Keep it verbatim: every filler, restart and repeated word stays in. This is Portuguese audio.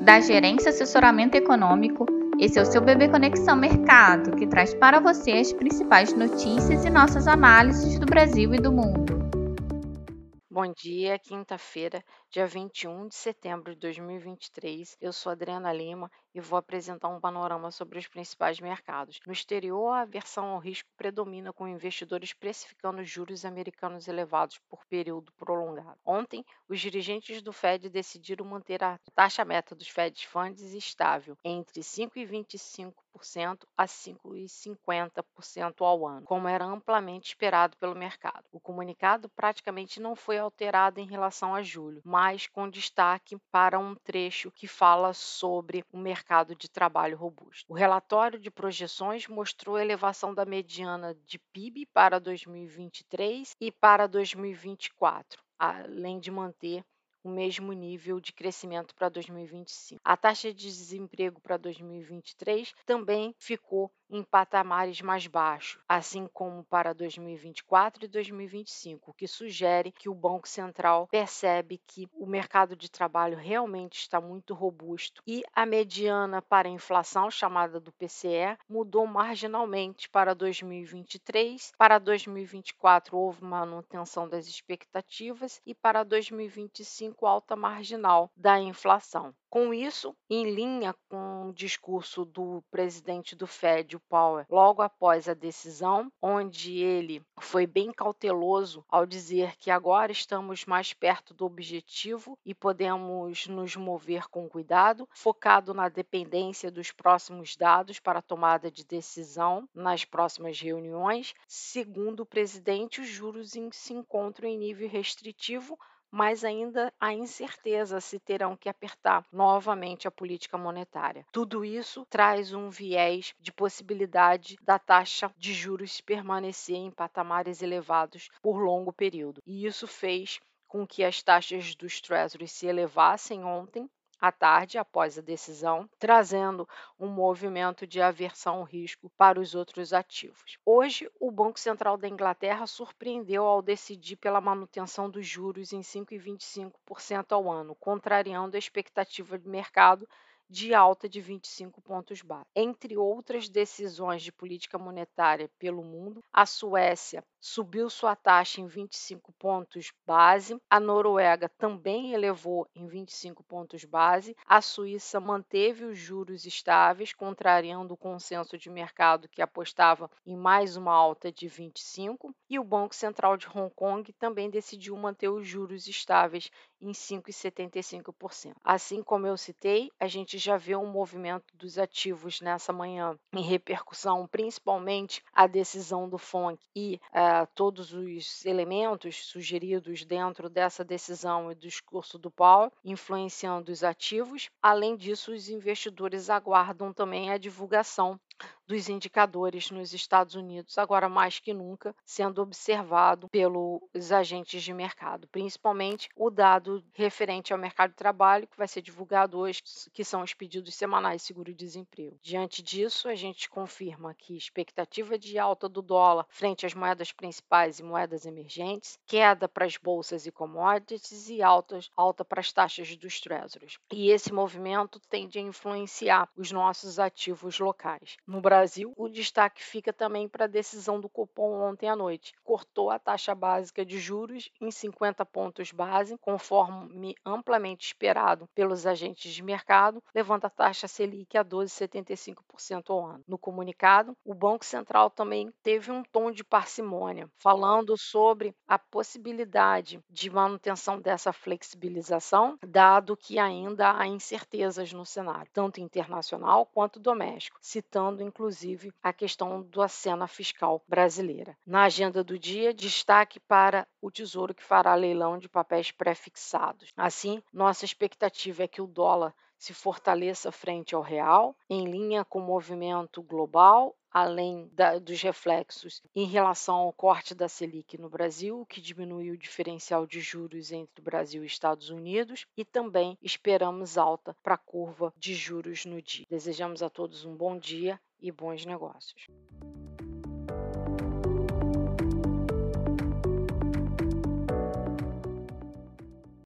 da Gerência Assessoramento Econômico. Esse é o seu B B Conexão Mercado, que traz para você as principais notícias e nossas análises do Brasil e do mundo. Bom dia, quinta-feira, dia vinte e um de setembro de dois mil e vinte e três. Eu sou Adriana Lima e vou apresentar um panorama sobre os principais mercados. No exterior, a aversão ao risco predomina, com investidores precificando juros americanos elevados por período prolongado. Ontem, os dirigentes do Fed decidiram manter a taxa meta dos Fed Funds estável entre cinco vírgula vinte e cinco por cento a cinco vírgula cinquenta por cento ao ano, como era amplamente esperado pelo mercado. O comunicado praticamente não foi alterado em relação a julho, mas com destaque para um trecho que fala sobre o mercado de trabalho robusto. O relatório de projeções mostrou a elevação da mediana de P I B para dois mil e vinte e três e para dois mil e vinte e quatro, além de manter o mesmo nível de crescimento para dois mil e vinte e cinco. A taxa de desemprego para dois mil e vinte e três também ficou em patamares mais baixos, assim como para dois mil e vinte e quatro e dois mil e vinte e cinco, o que sugere que o Banco Central percebe que o mercado de trabalho realmente está muito robusto e a mediana para a inflação, chamada do P C E, mudou marginalmente para dois mil e vinte e três. Para dois mil e vinte e quatro houve manutenção das expectativas e para dois mil e vinte e cinco alta marginal da inflação. Com isso, em linha com o discurso do presidente do Fed, o Powell, logo após a decisão, onde ele foi bem cauteloso ao dizer que agora estamos mais perto do objetivo e podemos nos mover com cuidado, focado na dependência dos próximos dados para a tomada de decisão nas próximas reuniões. Segundo o presidente, os juros se encontram em nível restritivo, mas ainda há incerteza se terão que apertar novamente a política monetária. Tudo isso traz um viés de possibilidade da taxa de juros permanecer em patamares elevados por longo período. E isso fez com que as taxas dos Treasuries se elevassem ontem à tarde, após a decisão, trazendo um movimento de aversão ao risco para os outros ativos. Hoje, o Banco Central da Inglaterra surpreendeu ao decidir pela manutenção dos juros em cinco vírgula vinte e cinco por cento ao ano, contrariando a expectativa de mercado de alta de vinte e cinco pontos base. Entre outras decisões de política monetária pelo mundo, a Suécia subiu sua taxa em vinte e cinco pontos base, a Noruega também elevou em vinte e cinco pontos base, a Suíça manteve os juros estáveis, contrariando o consenso de mercado que apostava em mais uma alta de vinte e cinco, e o Banco Central de Hong Kong também decidiu manter os juros estáveis em cinco vírgula setenta e cinco por cento. Assim como eu citei, a gente já vê um movimento dos ativos nessa manhã em repercussão, principalmente a decisão do F O N C e uh, todos os elementos sugeridos dentro dessa decisão e do discurso do Powell, influenciando os ativos. Além disso, os investidores aguardam também a divulgação dos indicadores nos Estados Unidos, agora mais que nunca, sendo observado pelos agentes de mercado, principalmente o dado referente ao mercado de trabalho, que vai ser divulgado hoje, que são os pedidos semanais de seguro-desemprego. Diante disso, a gente confirma que expectativa de alta do dólar frente às moedas principais e moedas emergentes, queda para as bolsas e commodities e altas, alta para as taxas dos treasuries. E esse movimento tende a influenciar os nossos ativos locais. No Brasil, o destaque fica também para a decisão do Copom ontem à noite. Cortou a taxa básica de juros em cinquenta pontos base, conforme amplamente esperado pelos agentes de mercado, levando a taxa Selic a doze vírgula setenta e cinco por cento ao ano. No comunicado, o Banco Central também teve um tom de parcimônia, falando sobre a possibilidade de manutenção dessa flexibilização, dado que ainda há incertezas no cenário, tanto internacional quanto doméstico, citando inclusive a questão da cena fiscal brasileira. Na agenda do dia, destaque para o Tesouro, que fará leilão de papéis pré-fixados. Assim, nossa expectativa é que o dólar se fortaleça frente ao real, em linha com o movimento global, além da, dos reflexos em relação ao corte da Selic no Brasil, que diminuiu o diferencial de juros entre Brasil e Estados Unidos, e também esperamos alta para a curva de juros no dia. Desejamos a todos um bom dia e bons negócios.